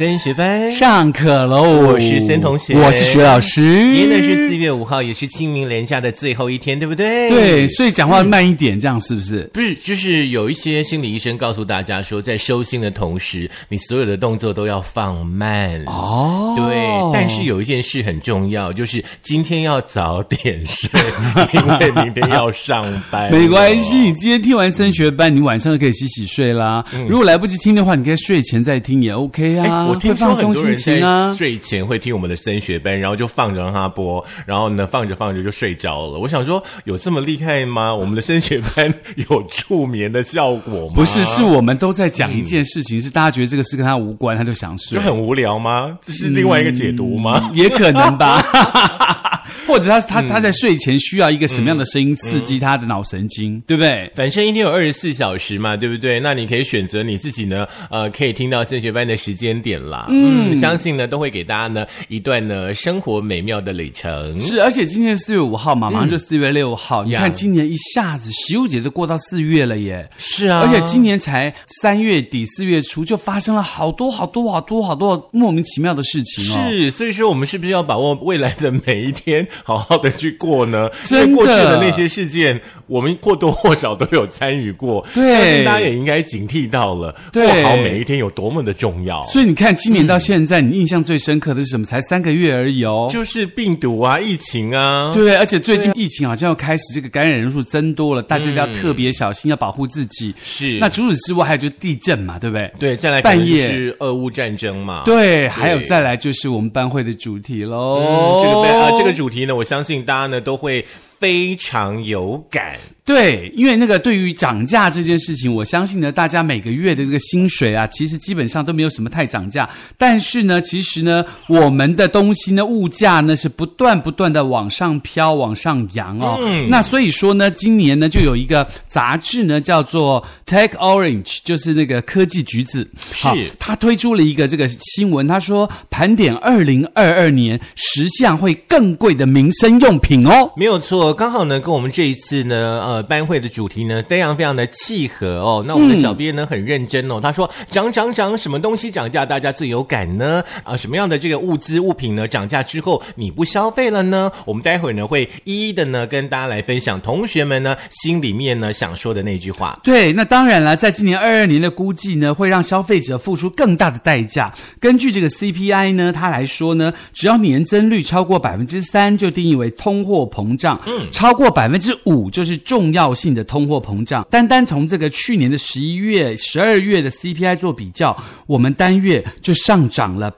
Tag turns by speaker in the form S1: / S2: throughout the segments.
S1: 森学班
S2: 上课喽！
S1: 我是森同学，
S2: 我是学老师。
S1: 今天呢是4月5号，也是清明连假的最后一天，对不对？
S2: 对，所以讲话慢一点，这样是不是？
S1: 不是，就是有一些心理医生告诉大家说，在收心的同时，你所有的动作都要放慢。
S2: 哦，
S1: 对，但是有一件事很重要，就是今天要早点睡，因为明天要上班。
S2: 没关系，你今天听完森学班，你晚上就可以洗洗睡啦。如果来不及听的话，你可以睡前再听也 OK 啊。
S1: 我听说很多人
S2: 在
S1: 睡前会听我们的森学班，然后就放着让它播，然后呢放着放着就睡着了。我想说，有这么厉害吗？我们的森学班有助眠的效果吗？
S2: 不是，是我们都在讲一件事情，是大家觉得这个事跟他无关，他就想睡，
S1: 就很无聊吗？这是另外一个解读吗？
S2: 也可能吧。或者他在睡前需要一个什么样的声音刺激他的脑神经，对不对？
S1: 反正一天有24小时嘛，对不对？那你可以选择你自己呢，可以听到森学班的时间点啦。相信呢都会给大家呢一段呢生活美妙的旅程。
S2: 是，而且今天是4月5号嘛，马上就4月6号。你看今年一下子15节都过到4月了耶。
S1: 是啊，
S2: 而且今年才3月底4月初就发生了好多莫名其妙的事情哦。
S1: 是，所以说我们是不是要把握未来的每一天？好好的去过呢，
S2: 真的，
S1: 因为过去的那些事件，我们或多或少都有参与过。
S2: 对，
S1: 相信大家也应该警惕到了，过好每一天有多么的重要。
S2: 所以你看，今年到现在，你印象最深刻的是什么？才3个月而已哦，
S1: 就是病毒啊，疫情啊。
S2: 对，而且最近疫情好像要开始这个感染人数增多了，大家要特别小心，要保护自己。
S1: 是。
S2: 那除此之外，还有就是地震嘛，对不对？
S1: 对，再来半夜是俄乌战争嘛。
S2: 对，还有再来就是我们班会的主题喽。
S1: 这个主题呢，我相信大家呢都会非常有感。
S2: 对，因为那个对于涨价这件事情，我相信呢，大家每个月的这个薪水啊，其实基本上都没有什么太涨价。但是呢，其实呢，我们的东西呢，物价呢是不断的往上飘、往上扬哦。那所以说呢，今年呢就有一个杂志呢叫做 Tech Orange， 就是那个科技橘子。
S1: 是，
S2: 他推出了一个这个新闻，他说盘点2022年10项会更贵的民生用品哦。
S1: 没有错，刚好呢跟我们这一次呢班会的主题呢非常的契合哦。那我们的小编呢很认真哦，他说涨什么东西涨价大家最有感呢？什么样的这个物资物品呢涨价之后你不消费了呢？我们待会儿呢会一一的呢跟大家来分享同学们呢心里面呢想说的那句话。
S2: 对，那当然了，在今年22年的估计呢会让消费者付出更大的代价。根据这个 CPI 呢，它来说呢，只要年增率超过 3% 就定义为通货膨胀，超过 5% 就是重要性的通货膨胀。单从这个去年的11月、12月的 CPI 做比较，我们单月就上涨了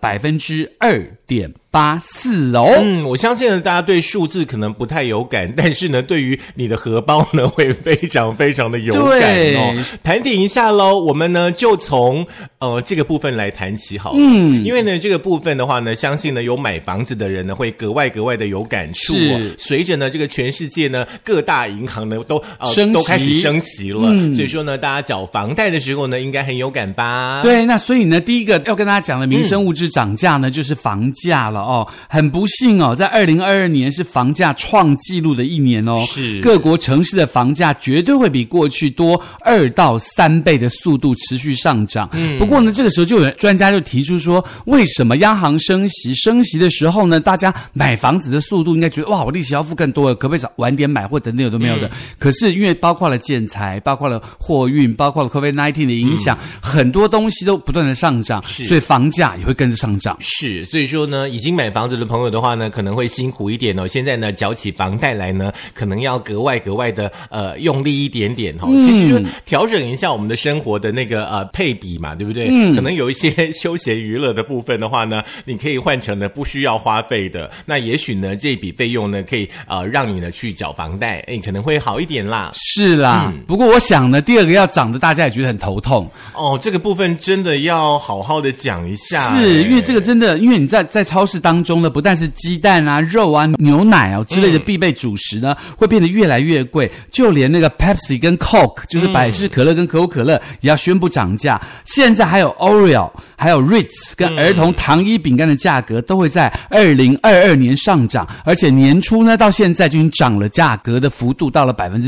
S2: 2.84% 哦。
S1: 我相信呢大家对数字可能不太有感，但是呢对于你的荷包呢会非常的有感哦。盘点一下咯，我们呢就从这个部分来谈起好了。因为呢这个部分的话呢，相信呢有买房子的人呢会格外的有感触哦。随着呢这个全世界呢各大银行呢都开始升息了，所以说呢大家缴房贷的时候呢应该很有感吧。
S2: 对，那所以呢第一个要跟大家讲的民生物质涨价呢就是房价了哦。很不幸哦，在2022年是房价创纪录的一年哦。是，各国城市的房价绝对会比过去多2到3倍的速度持续上涨。不过呢这个时候就有专家就提出说，为什么央行升息的时候呢，大家买房子的速度应该觉得哇，我利息要付更多了，可不可以晚点买或等等有的没有的。可是因为包括了建材，包括了货运，包括了 COVID-19 的影响，很多东西都不断的上涨，所以房价也会跟着上涨。
S1: 是，所以说呢已经买房子的朋友的话呢可能会辛苦一点哦。现在呢缴起房贷来呢可能要格外的用力一点哦。其实就调整一下我们的生活的那个配比嘛，对不对？可能有一些休闲娱乐的部分的话呢，你可以换成呢不需要花费的。那也许呢这笔费用呢可以让你呢去缴房贷，可能会好一点啦。
S2: 是啦，不过我想呢第二个要涨的大家也觉得很头痛
S1: 哦。这个部分真的要好好的讲一下。
S2: 是，因为这个真的，因为你在超市当中呢，不但是鸡蛋啊、肉啊、牛奶啊之类的必备主食呢，会变得越来越贵，就连那个 Pepsi 跟 Coke， 就是百事可乐跟可口可乐也要宣布涨价。现在还有 Oreo， 还有 Ritz 跟儿童糖衣饼干的价格都会在2022年上涨，而且年初呢到现在就已经涨了价格的幅度到了7%。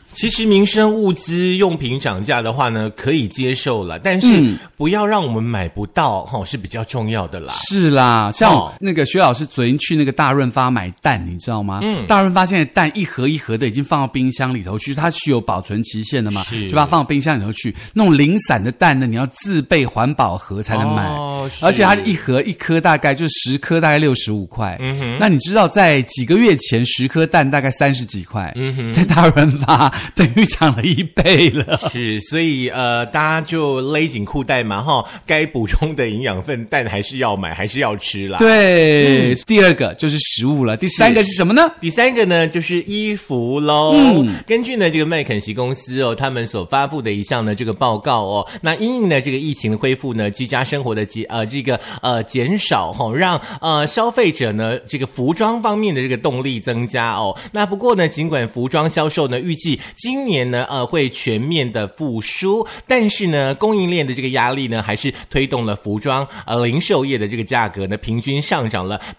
S1: 其实民生物资用品涨价的话呢，可以接受了，但是不要让我们买不到是比较重要的啦。
S2: 是啦，像那个薛老师昨天去那个大润发买蛋，你知道吗？大润发现在蛋一盒一盒的已经放到冰箱里头去，它具有保存期限的嘛，就把它放到冰箱里头去。那种零散的蛋呢，你要自备环保盒才能买，而且它一盒一颗大概就10颗，大概65块。那你知道在几个月前10颗蛋大概30几块，在大润发等于涨了1倍了。
S1: 是，所以大家就勒紧裤带嘛该补充的营养分蛋还是要买，还是要吃啦。
S2: 对，第二个就是食物了，第三个是什么呢？
S1: 第三个呢就是衣服咯。根据呢这个麦肯锡公司他们所发布的一项呢这个报告那因应呢这个疫情的恢复呢，居家生活的减少让消费者呢这个服装方面的这个动力增加那不过呢，尽管服装销售呢预计今年呢会全面的复苏，但是呢供应链的这个压力呢还是推动了服装零售业的这个价格呢平均上涨了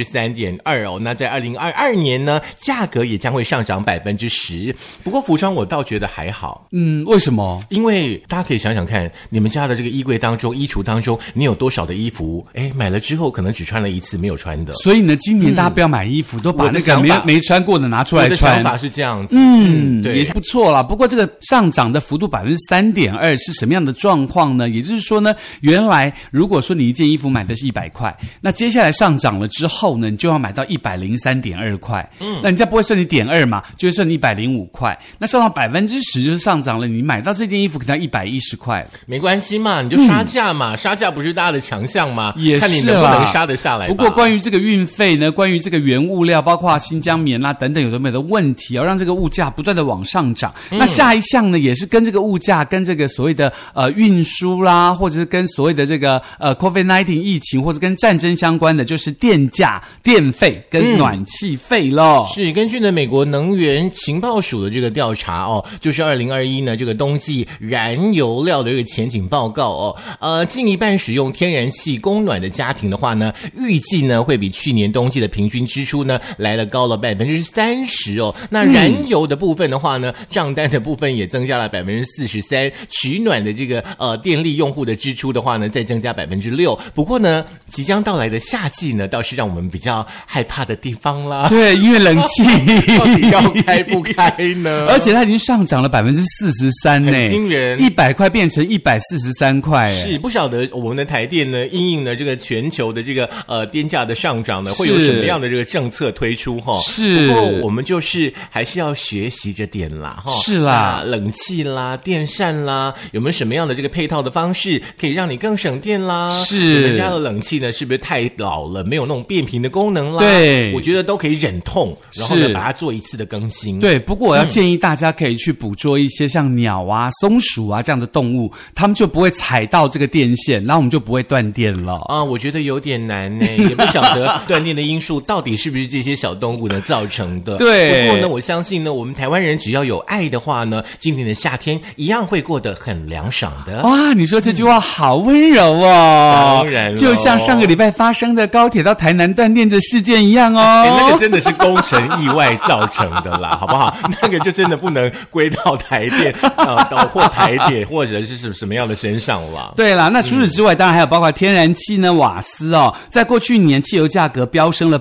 S1: 3.2%那在2022年呢价格也将会上涨 10%。不过服装我倒觉得还好。
S2: 为什么？
S1: 因为大家可以想想看，你们家的这个衣柜当中、衣橱当中，你有多少的衣服买了之后可能只穿了一次没有穿的。
S2: 所以呢今年大家不要买衣服，都把那个没穿过的拿出来穿。
S1: 我的想法是这样子。对，
S2: 也是不错啦。不过这个上涨的幅度 3.2% 是什么样的状况呢？也就是说呢，原来如果说你一件衣服买的是100块，那接下来上涨了之后呢，你就要买到 103.2 块。那人家不会算你0.2嘛，就会算你105块。那上到 10% 就是上涨了，你买到这件衣服可能要110块。
S1: 没关系嘛，你就杀价嘛，杀价不是大家的强项吗？
S2: 也是
S1: 看你能不能杀得下来吧。
S2: 不过关于这个运费呢，关于这个原物料，包括新疆棉啦等等有的没有的问题，要让这个物价不断的往上涨。那下一项呢，也是跟这个物价跟这个所谓的运输啦，或者是跟所谓的这个COVID-19 疫情或者跟战争相关的，就是电价、电费跟暖气费咯。
S1: 是根据呢美国能源情报署的这个调查就是2021呢这个冬季燃油料的这个前景报告近一半使用天然气供暖的家庭的话呢，预计呢会比去年冬季的平均支出呢来了高了 30%那燃油的部分的话呢，账单的部分也增加了 43%， 取暖的这个电力用户的支出的话呢再增加 6%。 不过呢即将到来的夏季呢倒是让我们比较害怕的地方啦。
S2: 对，因为冷气
S1: 到底要开不开呢？
S2: 而且它已经上涨了 43% 呢，
S1: 很惊人
S2: ，100块变成143块。
S1: 是，不晓得我们的台电呢因应了这个全球的这个电价的上涨呢会有什么样的这个政策推出
S2: 是，
S1: 不过我们就是还是要学习着点啦
S2: 是啦，
S1: 冷气啦、电扇啦，有没有什么样的这个配套的方式可以让你更省电啦？
S2: 是，
S1: 你们家的冷气呢是不是太老了，没有那种变频的功能啦？
S2: 对，
S1: 我觉得都可以忍痛，然后呢把它做一次的更新。
S2: 对，不过我要建议大家可以去捕捉一些像鸟啊、松鼠啊这样的动物，它们就不会踩到这个电线，然后我们就不会断电了。
S1: 我觉得有点难呢，也不晓得断电的因素到底是不是这些小动物呢造成的。
S2: 对，
S1: 不过呢我相信呢我们台湾人只要有爱的话呢，今年的夏天一样会过得很凉爽的。
S2: 哇，你说这句话好温柔哦。
S1: 当然，
S2: 就像上个礼拜发生的高铁到台南断电的事件一样
S1: 那个真的是工程意外造成的啦，好不好？那个就真的不能归到台电或台铁或者是什么样的身上了。
S2: 对啦，那除此之外当然还有包括天然气呢、瓦斯在过去年汽油价格飙升了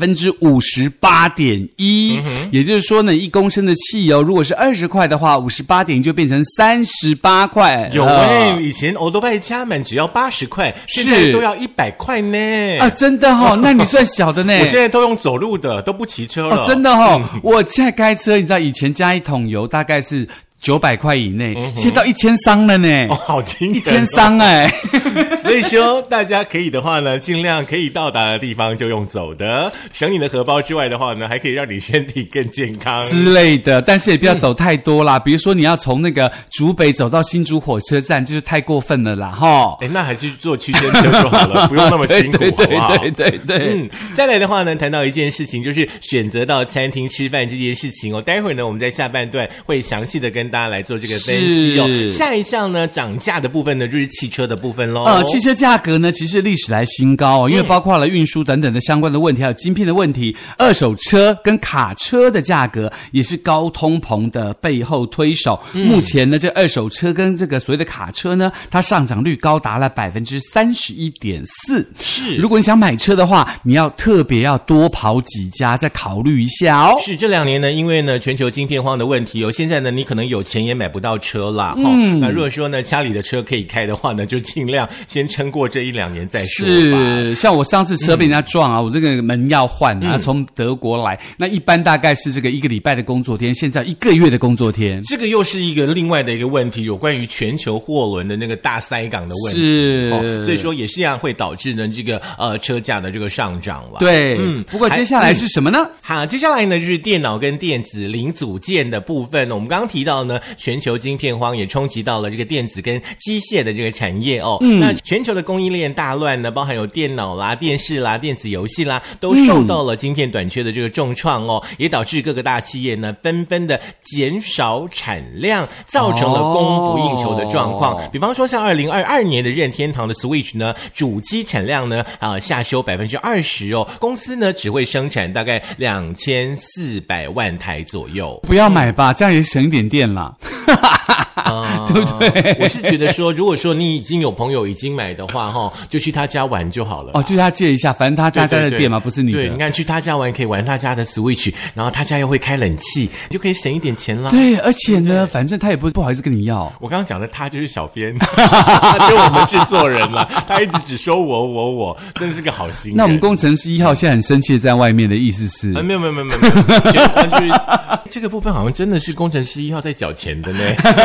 S2: 58.1%，也就是说呢，1公升的汽油如果是20块的话，58.1就变成38块。
S1: 有以前欧多拜加满只要80块，现在都要100块呢。
S2: 真的那你算小的呢。
S1: 我现在都用走路的，都不骑车了。
S2: 真的我现在开车，你知道以前加一桶油大概是900块以内，现在到1300了呢。
S1: 好惊人
S2: ，1300
S1: 所以说大家可以的话呢，尽量可以到达的地方就用走的，省你的荷包之外的话呢，还可以让你身体更健康
S2: 之类的。但是也不要走太多啦，比如说你要从那个竹北走到新竹火车站，就是太过分了啦
S1: 那还是坐区间车就好了，不用那么辛苦
S2: 对
S1: 好不好？
S2: 对。
S1: 再来的话呢，谈到一件事情，就是选择到餐厅吃饭这件事情待会儿呢我们在下半段会详细的跟大家来做这个分析哦。下一项呢，涨价的部分呢，就是汽车的部分咯。
S2: 汽车价格呢，其实历史来新高哦，因为包括了运输等等的相关的问题，还有晶片的问题，二手车跟卡车的价格也是高通膨的背后推手。目前呢，这二手车跟这个所谓的卡车呢，它上涨率高达了31.4%。
S1: 是，
S2: 如果你想买车的话，你要特别要多跑几家，再考虑一下哦。
S1: 是，这2年呢，因为呢全球晶片荒的问题哦，现在呢你可能有钱也买不到车啦。那如果说呢家里的车可以开的话呢，就尽量先撑过这1-2年再说吧。
S2: 是，像我上次车被人家撞啊，我这个门要换啊，从德国来，那一般大概是这个1个礼拜的工作天，现在1个月的工作天。
S1: 这个又是一个另外的一个问题，有关于全球货轮的那个大塞港的问题。
S2: 是，
S1: 所以说也是一样会导致呢这个车价的这个上涨了。
S2: 对，不过接下来是什么呢？
S1: 好，接下来呢就是电脑跟电子零组件的部分。我们刚刚提到呢，全球晶片荒也冲击到了这个电子跟机械的这个产业哦。那全球的供应链大乱呢，包含有电脑啦、电视啦、电子游戏啦，都受到了晶片短缺的这个重创哦，也导致各个大企业呢纷纷的减少产量，造成了供不应求的状况。比方说像2022年的任天堂的 Switch 呢，主机产量呢下修20%哦，公司呢只会生产大概2400万台左右。
S2: 不要买吧，这样也省一点电啦。对不对？
S1: 我是觉得说，如果说你已经有朋友已经买的话，就去他家玩就好了。
S2: 哦，就他借一下，反正他家的店嘛，不是你的。
S1: 对，你看去他家玩可以玩他家的 Switch， 然后他家又会开冷气，你就可以省一点钱啦。
S2: 对，而且呢，反正他也不好意思跟你要。
S1: 我刚刚讲的他就是小编，就我们制作人了。他一直只说我，真的是个好心人。
S2: 那我们工程师1号现在很生气在外面的意思是？
S1: 没有，这个部分好像真的是工程师1号在缴钱的呢。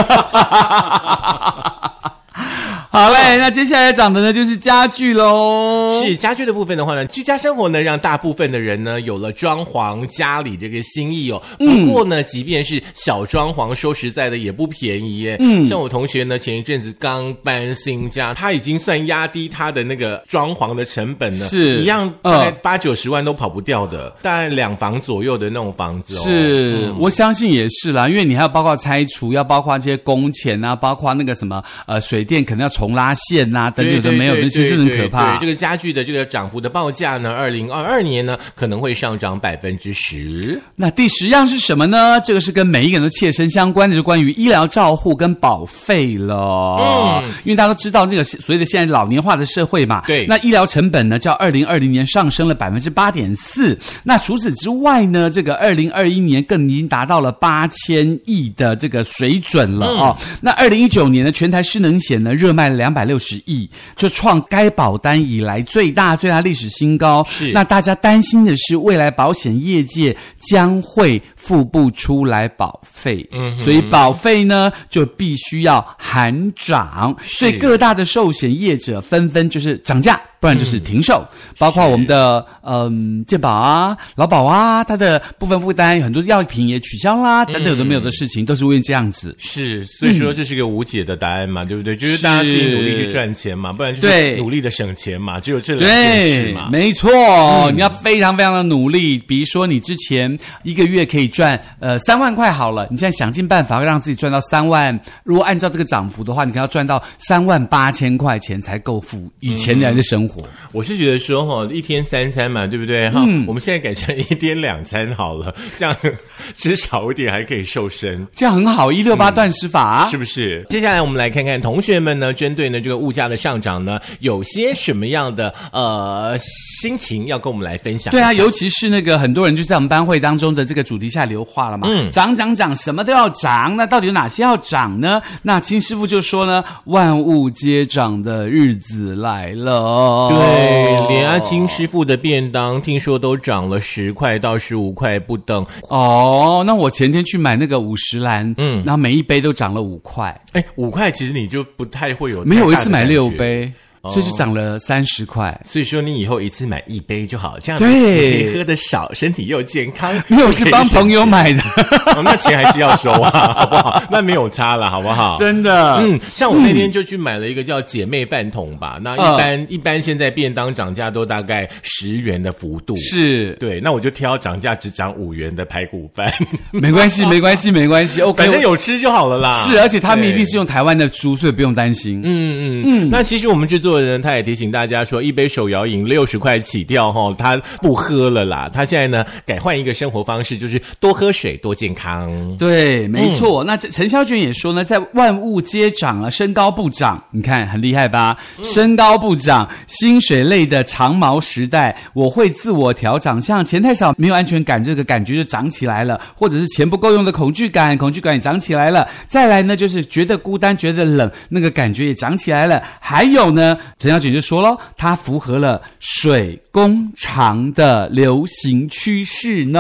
S2: 好嘞，那接下来讲的呢就是家具咯。
S1: 是，家具的部分的话呢，居家生活呢让大部分的人呢有了装潢家里这个心意哦。不过呢，即便是小装潢，说实在的也不便宜耶。像我同学呢前一阵子刚搬新家，他已经算压低他的那个装潢的成本呢，
S2: 是
S1: 一样大概80-90万都跑不掉的，大概2房左右的那种房子哦。
S2: 是，我相信也是啦，因为你还要包括拆除，要包括这些工钱啊，包括那个什么水电可能要重拉线啊等等的没有，那其实真的很可怕。
S1: 对，这个家具的这个涨幅的报价呢，2022年呢可能会上涨10%。
S2: 那第10样是什么呢？这个是跟每一个人都切身相关的，就是关于医疗照护跟保费了。因为大家都知道这个所谓的现在老年化的社会嘛，
S1: 对，
S2: 那医疗成本呢，较2020年上升了8.4%。那除此之外呢，这个2021年更已经达到了8000亿的这个水准了哦。那2019年呢，全台失能险呢热卖了260亿，就创该保单以来最大历史新高。 是，
S1: 那
S2: 大家担心的是未来保险业界将会付不出来保费，所以保费呢就必须要喊涨，所以各大的寿险业者纷纷就是涨价，不然就是停售，包括我们的健保啊、劳保啊，它的部分负担很多药品也取消啦，等等有的没有的事情，都是为这样子。
S1: 是，所以说这是一个无解的答案嘛，对不对？就是大家自己努力去赚钱嘛，不然就是努力的省钱嘛，只有这2件事嘛。
S2: 没错，你要非常非常的努力。比如说你之前1个月可以赚3万块好了，你现在想尽办法让自己赚到3万。如果按照这个涨幅的话，你可能要赚到38000块钱才够付以前人的生活。
S1: 我是觉得说1天3餐嘛，对不对？我们现在改成1天2餐好了，这样吃少一点还可以瘦身，
S2: 这样很好，168断食法，
S1: 是不是？接下来我们来看看同学们呢，针对呢这个物价的上涨呢，有些什么样的心情要跟我们来分享？
S2: 对啊，尤其是那个很多人就在我们班会当中的这个主题下留话了嘛，涨，什么都要涨，那到底有哪些要涨呢？那金师傅就说呢，万物皆涨的日子来了。
S1: 对，连阿金师傅的便当听说都涨了10块到15块不等。
S2: 哦，那我前天去买那个50兰，然后每一杯都涨了5块。
S1: 5块其实你就不太会有，
S2: 没有一次买6杯。 所以就涨了30块。
S1: 所以说你以后一次买1杯就好，这样子你可以喝得少，身体又健康。
S2: 没有，是帮朋友买的。
S1: 那钱还是要收啊，好不好？那没有差了，好不好？
S2: 真的。
S1: 像我那天就去买了一个叫姐妹饭桶吧。那一般现在便当涨价都大概10元的幅度。
S2: 是。
S1: 对，那我就挑涨价只涨5元的排骨饭。
S2: 没关系。OK，
S1: 反正有吃就好了啦。
S2: 是，而且他们一定是用台湾的猪，所以不用担心。
S1: 那其实我们制作人他也提醒大家说，一杯手摇饮60块起跳齁，他不喝了啦。他现在呢改换一个生活方式，就是多喝水，多健康。
S2: 对，没错。那陈小卷也说呢，在万物皆涨了，身高不涨，你看很厉害吧？身高不涨，薪水类的长毛时代，我会自我调涨，像钱太少没有安全感，这个感觉就涨起来了，或者是钱不够用的恐惧感也涨起来了。再来呢，就是觉得孤单，觉得冷，那个感觉也涨起来了。还有呢，陈小卷就说咯，它符合了水工厂的流行趋势呢。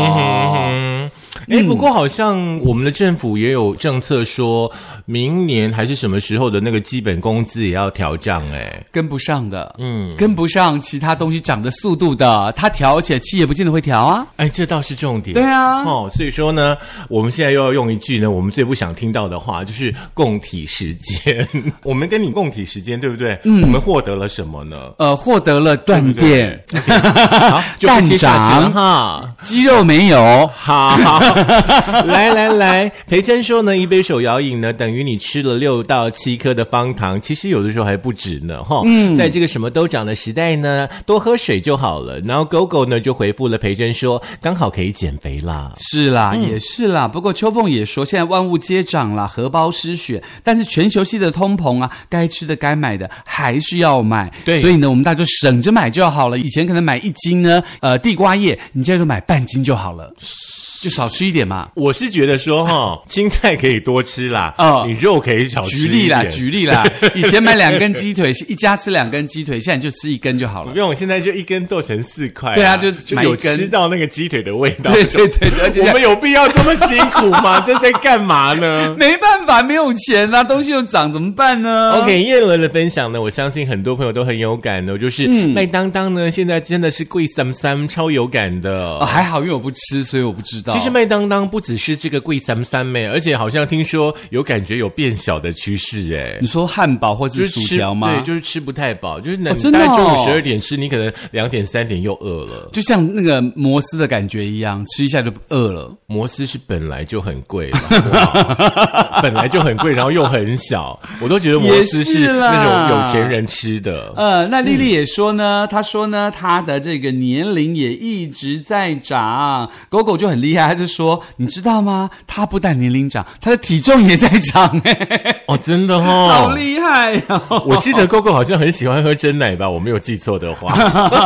S1: 不过好像我们的政府也有政策说，明年还是什么时候的那个基本工资也要调涨
S2: 跟不上的，跟不上其他东西涨的速度的，它调，而且企业不见得会调啊。
S1: 这倒是重点。
S2: 对啊，
S1: 所以说呢，我们现在又要用一句呢，我们最不想听到的话，就是共体时间。我们跟你共体时间，对不对？我们获得了什么呢？
S2: 获得了断电，
S1: 好，
S2: 蛋涨
S1: 哈，
S2: 鸡肉没有，
S1: 好。来，培珍说呢，一杯手摇饮呢，等于你吃了6到7颗的方糖，其实有的时候还不止呢，在这个什么都涨的时代呢，多喝水就好了。然后狗狗呢就回复了培珍说，刚好可以减肥啦。
S2: 是啦，也是啦。不过秋凤也说，现在万物皆涨啦，荷包失血，但是全球性的通膨啊，该吃的该买的还是要买。
S1: 对，
S2: 所以呢，我们大家就省着买就好了。以前可能买1斤呢，地瓜叶，你现在就买半斤就好了。就少吃一点嘛。
S1: 我是觉得说青菜可以多吃啦，你肉可以少吃一点。
S2: 举例啦，以前买2根鸡腿，一家吃2根鸡腿，现在就吃1根就好了。
S1: 不用，现在就1根剁成4块。
S2: 对啊，就
S1: 有吃到那个鸡腿的味道。
S2: 对，而且
S1: 我们有必要这么辛苦吗？这在干嘛呢？
S2: 没办法，没有钱啊，东西又涨，怎么办呢
S1: ？OK， 叶伦的分享呢，我相信很多朋友都很有感的，就是麦当当呢，现在真的是贵3，超有感的。
S2: 还好，因为我不吃，所以我不知道。
S1: 其实麦当当不只是这个贵3，而且好像听说有感觉有变小的趋势
S2: 你说汉堡或是薯条吗？
S1: 对，就是吃不太饱，就是
S2: 真的
S1: 大概中午12点吃，你可能2点3点又饿了，
S2: 就像那个摩斯的感觉一样，吃一下就饿了。
S1: 摩斯是本来就很贵了，本来就很贵，然后又很小，我都觉得摩斯是那种有钱人吃的。
S2: 那丽丽也说呢，她说呢，她的这个年龄也一直在涨。狗狗就很厉害，他就说，你知道吗？他不但年龄长，他的体重也在涨
S1: 真的
S2: 好厉害
S1: 我记得 Gogo 好像很喜欢喝真奶吧，我没有记错的话。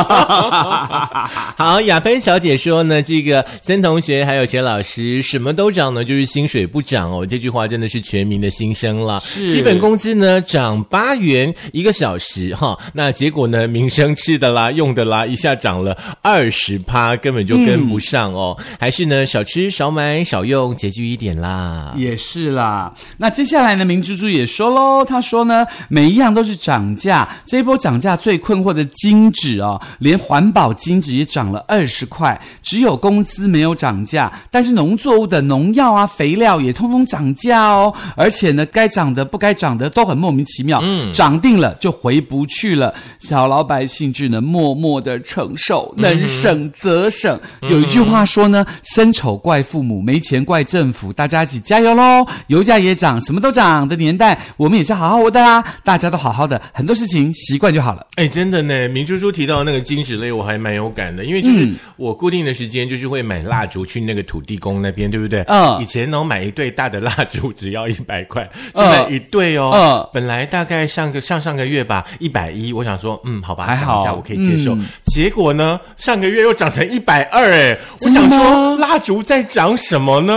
S1: 好，雅芬小姐说呢，这个森同学还有钱老师什么都涨呢，就是薪水不涨这句话真的是全民的心声了。基本工资呢涨8元1个小时那结果呢，民生吃的啦用的啦一下涨了20%，根本就跟不上还是呢少吃少买少用，拮据一点啦。
S2: 也是啦。那接下来呢，明珠珠也说咯，他说呢，每一样都是涨价，这一波涨价最困惑的金纸连环保金纸也涨了20块，只有工资没有涨价，但是农作物的农药啊肥料也通通涨价而且呢该涨的不该涨的都很莫名其妙，涨定了就回不去了，小老百姓只能默默的承受，能省则省。有一句话说呢，生丑怪父母，没钱怪政府，大家一起加油咯。油价也涨，什么都涨的年代，我们也是好好活的啦，大家都好好的，很多事情习惯就好了。
S1: 真的呢，明珠珠提到那个金纸类我还蛮有感的，因为就是我固定的时间就是会买蜡烛去那个土地公那边，对不对？以前买一对大的蜡烛只要100块，现在一对本来大概上个月吧110，我想说好吧，涨价我可以接受，结果呢上个月又涨成120我想说蜡烛在涨什么呢？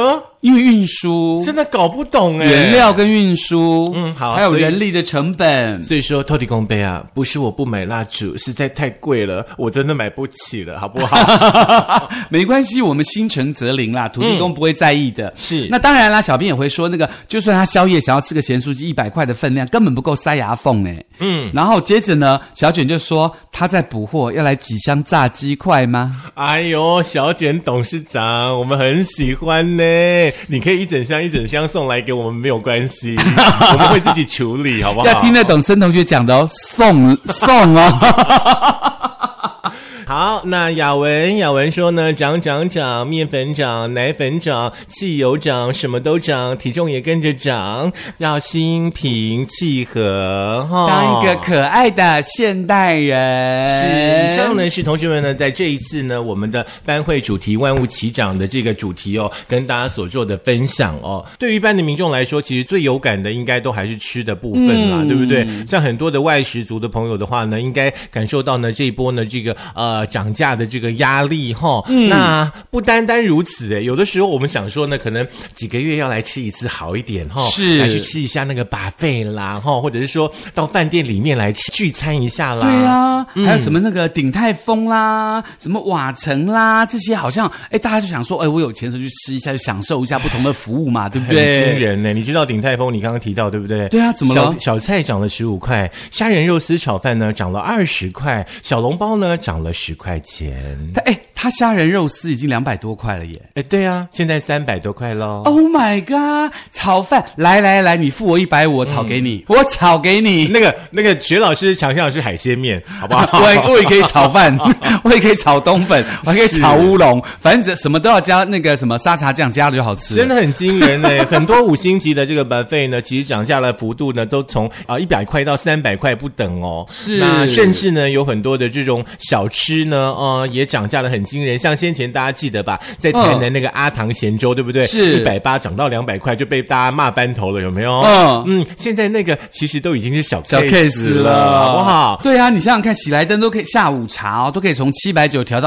S2: 因为运输
S1: 真的搞不懂
S2: 原料跟运输，
S1: 好，
S2: 还有人力的成本。
S1: 所以说透地公杯啊，不是我不买蜡烛，实在太贵了，我真的买不起了，好不好？
S2: 没关系，我们心诚则灵啦，土地公不会在意的。
S1: 是，
S2: 那当然啦，小编也会说，那个就算他宵夜想要吃个咸酥鸡100块的分量，根本不够塞牙缝哎。然后接着呢，小卷就说他在补货，要来几箱炸鸡块吗？
S1: 哎呦，小卷董事长，我们很喜欢呢。你可以一整箱送来给我们，没有关系，我们会自己处理，好不好？
S2: 要听得懂森同学讲的哦，送哦。
S1: 好，那雅文说呢，涨，面粉涨，奶粉涨，汽油涨，什么都涨，体重也跟着涨，要心平气和哈，
S2: 当一个可爱的现代人。
S1: 是，以上呢是同学们呢在这一次呢我们的班会主题万物齐涨的这个主题哦，跟大家所做的分享哦。对于一般的民众来说，其实最有感的应该都还是吃的部分啦，对不对？像很多的外食族的朋友的话呢，应该感受到呢这一波呢这个涨价的这个压力齁，那不单单如此有的时候我们想说呢，可能几个月要来吃一次好一点齁，
S2: 是
S1: 来去吃一下那个 buffet 啦齁，或者是说到饭店里面来聚餐一下啦。
S2: 对啊，还有什么那个鼎泰丰啦，什么瓦城啦，这些好像大家就想说我有钱的时候去吃一下，就享受一下不同的服务嘛，对不对？
S1: 很惊人呢。你知道鼎泰丰你刚刚提到对不对？
S2: 对啊，怎么了？
S1: 小菜涨了15块，虾仁肉丝炒饭呢涨了20块，小笼包呢涨了10块钱。
S2: 他虾仁肉丝已经200多块了耶！
S1: 对啊，现在300多块咯。
S2: Oh my god！ 炒饭，来，你付我150，我炒给你，我炒给你。
S1: 那个学老师、强老师海鲜面，好不好？
S2: 我也可以炒饭，我也可以炒冬粉，我还可以炒乌龙，反正什么都要加那个什么沙茶酱，加了就好吃。
S1: 真的很惊人很多5星级的这个 buffet 呢，其实涨价的幅度呢，都从100块到300块不等哦。
S2: 是，
S1: 那甚至呢，有很多的这种小吃呢，也涨价的很惊人。像先前大家记得吧，在台南那个阿唐咸粥，对不对？
S2: 是
S1: 180涨到200块，就被大家骂翻头了，有没有？现在那个其实都已经是小 case 了，好不好？
S2: 对啊，你想想看，喜来登都可以下午茶都可以从790调到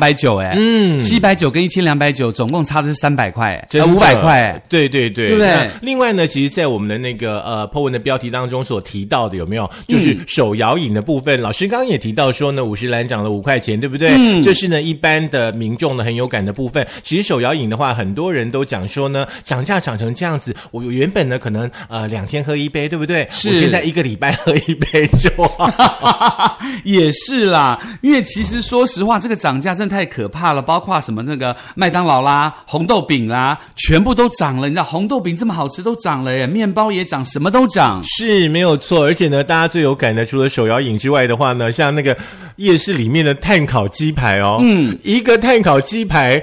S2: 1290790跟1290总共差的是300块500块
S1: 对，
S2: 对不对？
S1: 另外呢，其实在我们的那个po文的标题当中所提到的，有没有就是手摇饮的部分？老师刚刚也提到说呢，50兰涨了5块钱，对不对？这是呢一般的民众呢很有感的部分。其实手摇饮的话，很多人都讲说呢，涨价涨成这样子，我原本呢可能2天喝一杯，对不对？我现在1个礼拜喝一杯就好。
S2: 也是啦，因为其实说实话，这个涨价真的太可怕了，包括什么那个麦当劳啦、红豆饼啦，全部都涨了。你知道红豆饼这么好吃都涨了耶，面包也涨，什么都涨，
S1: 是没有错。而且呢，大家最有感的，除了手摇饮之外的话呢，像那个夜市里面的炭烤鸡排哦，一个炭烤鸡排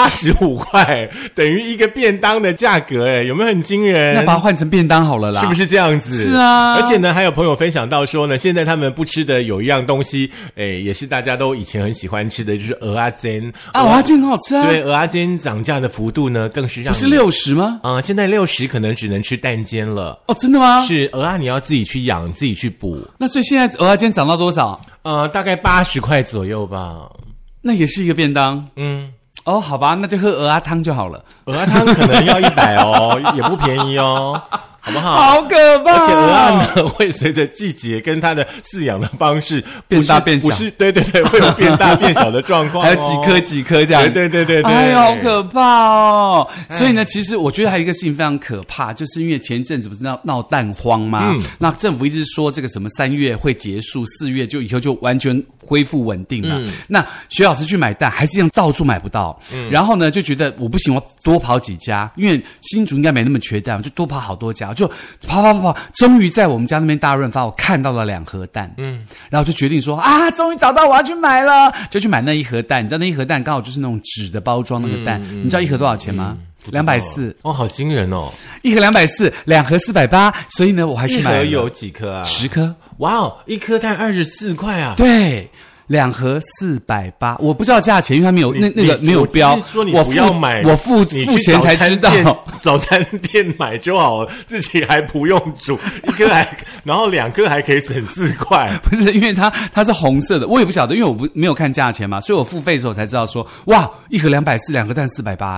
S1: 85块，等于一个便当的价格，有没有很惊人？
S2: 那把它换成便当好了啦，
S1: 是不是这样子？
S2: 是啊。
S1: 而且呢，还有朋友分享到说呢，现在他们不吃的有一样东西，也是大家都以前很喜欢吃的，就是蚵仔煎
S2: 啊，蚵仔煎很好吃啊。
S1: 对，蚵仔煎涨价的幅度呢，更是让你
S2: 不是60吗？
S1: 现在60可能只能吃蛋煎了。
S2: 哦，真的吗？
S1: 是蚵仔你要自己去养，自己去捕。
S2: 那所以现在蚵仔煎涨到多少？
S1: 大概80块左右吧。
S2: 那也是一个便当。哦，好吧，那就喝蚵仔汤就好了。
S1: 蚵仔汤可能要100哦，也不便宜哦。好不好？
S2: 好可怕！
S1: 而且蚵仔呢会随着季节跟它的饲养的方式
S2: 变大变小，
S1: 不是对，会有变大变小的状况，
S2: 还有几颗这样。
S1: 对，
S2: 哎呀，好可怕哦！所以呢，其实我觉得还有一个事情非常可怕，就是因为前一阵子不是闹蛋荒吗？那政府一直说这个什么3月会结束，4月就以后就完全恢复稳定了。那徐老师去买蛋还是这样到处买不到，然后呢就觉得我不行，我多跑几家，因为新竹应该没那么缺蛋，就多跑好多家。就跑，终于在我们家那边大润发，我看到了2盒蛋，然后就决定说终于找到，我要去买了，就去买那1盒蛋。你知道那1盒蛋刚好就是那种纸的包装那个蛋，你知道1盒多少钱吗？240
S1: 哦，好惊人哦
S2: ！1盒240，2盒480，所以呢，我还是买了。1盒
S1: 有几颗啊
S2: ？10颗。
S1: 哇哦，1颗蛋24块啊！
S2: 对。2盒480，我不知道价钱，因为它没有那个没有标。
S1: 说你不要买，
S2: 我付钱才知道。
S1: 早餐店买就好了，自己还不用煮，1颗然后2颗还可以省4块。
S2: 不是，因为它是红色的，我也不晓得，因为我没有看价钱嘛，所以我付费的时候才知道说，哇，1盒240，2盒蛋480。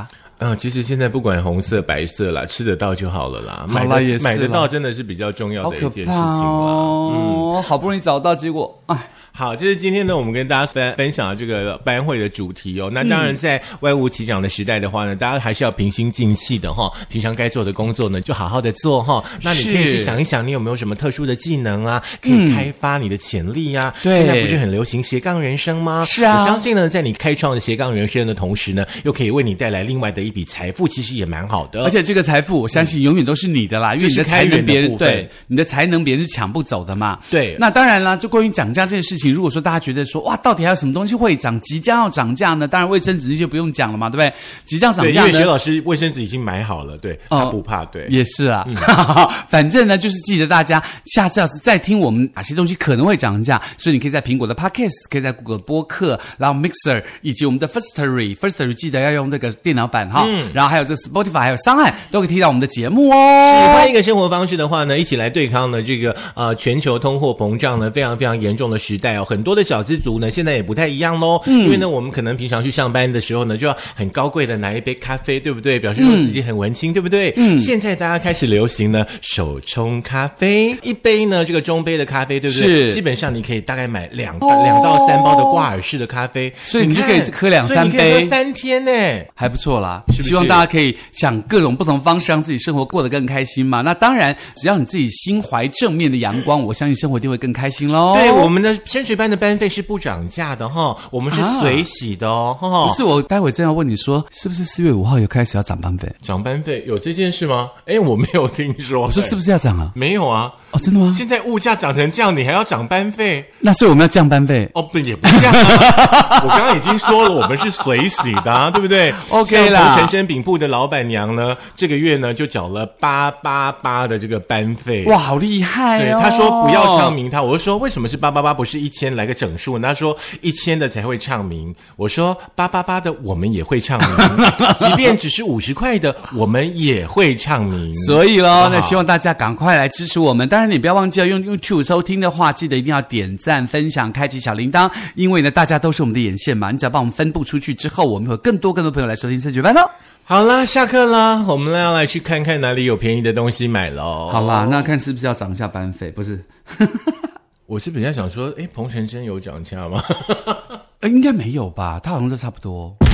S1: 其实现在不管红色白色啦，吃得到就好了啦。
S2: 好啦，也是
S1: 买得到真的是比较重要的一件事情了。
S2: 好不容易找到，结果
S1: 好，这是今天呢，我们跟大家分享的这个班会的主题哦。那当然，在歪无其长的时代的话呢，大家还是要平心静气的哈。平常该做的工作呢，就好好的做哈。那你可以去想一想，你有没有什么特殊的技能啊，可以开发你的潜力啊？
S2: 对，
S1: 现在不是很流行斜杠人生吗？
S2: 是啊，
S1: 我相信呢，在你开创的斜杠人生的同时呢，又可以为你带来另外的一笔财富，其实也蛮好的。
S2: 而且这个财富，我相信永远都是你的啦，因为你的才能别人对你的才能别人是抢不走的嘛。
S1: 对，
S2: 那当然啦，就关于涨价这件事情，如果说大家觉得说哇，到底还有什么东西会涨，即将要涨价呢？当然卫生纸那些不用讲了嘛，对不对？即将涨价呢，
S1: 因为薛老师卫生纸已经买好了，对，他不怕，对，
S2: 也是啊。反正呢，就是记得大家下次要是再听我们哪些东西可能会涨价，所以你可以在苹果的 Podcast， 可以在 Google 播客，然后 Mixer 以及我们的 Firstory 记得要用这个电脑版哈，然后还有这个 Spotify 还有商岸都可以听到我们的节目哦。
S1: 喜欢一个生活方式的话呢，一起来对抗呢这个全球通货膨胀呢非常非常严重的时代哦，很多的小资族呢现在也不太一样咯，因为呢我们可能平常去上班的时候呢就要很高贵的拿一杯咖啡，对不对？表示说自己很文青，对不对？现在大家开始流行呢手冲咖啡，一杯呢这个中杯的咖啡，对不对？基本上你可以大概买2到3包的挂耳式的咖啡，
S2: 所以你就可以喝2-3杯，
S1: 所以你可以喝3天呢，
S2: 还不错啦。是不是？希望大家可以想各种不同方式让自己生活过得更开心嘛。那当然，只要你自己心怀正面的阳光，我相信生活一定会更开心咯。
S1: 对，我们的升学班的班费是不涨价的哈，我们是随喜的哦。
S2: 不是，我待会正要问你说，是不是4月5号有开始要涨班费？
S1: 涨班费有这件事吗？我没有听说。
S2: 我说是不是要涨啊？
S1: 没有啊。
S2: 哦，真的吗？
S1: 现在物价涨成这样，你还要涨班费？
S2: 那所以我们要降班费？
S1: 哦，不，也不降啊。我刚刚已经说了，我们是随喜的啊，对不对
S2: ？OK 啦。
S1: 像陈生饼铺的老板娘呢，这个月呢就缴了888的这个班费。
S2: 哇，好厉害哦！
S1: 对，他说不要唱名，我就说为什么是888，不是1000来个整数？他说1000的才会唱名。我说888的我们也会唱名，即便只是50块的，我们也会唱名。
S2: 所以咯，那希望大家赶快来支持我们。当然，你不要忘记要用 YouTube 收听的话，记得一定要点赞、分享、开启小铃铛，因为呢，大家都是我们的眼线嘛。你只要帮我们分布出去之后，我们会有更多朋友来收听升学班咯。
S1: 好啦，下课啦，我们要来去看看哪里有便宜的东西买咯。
S2: 好啦，那看是不是要涨一下班费？不是，
S1: 我是比较想说，彭程真有涨价吗？
S2: 应该没有吧？他好像都差不多。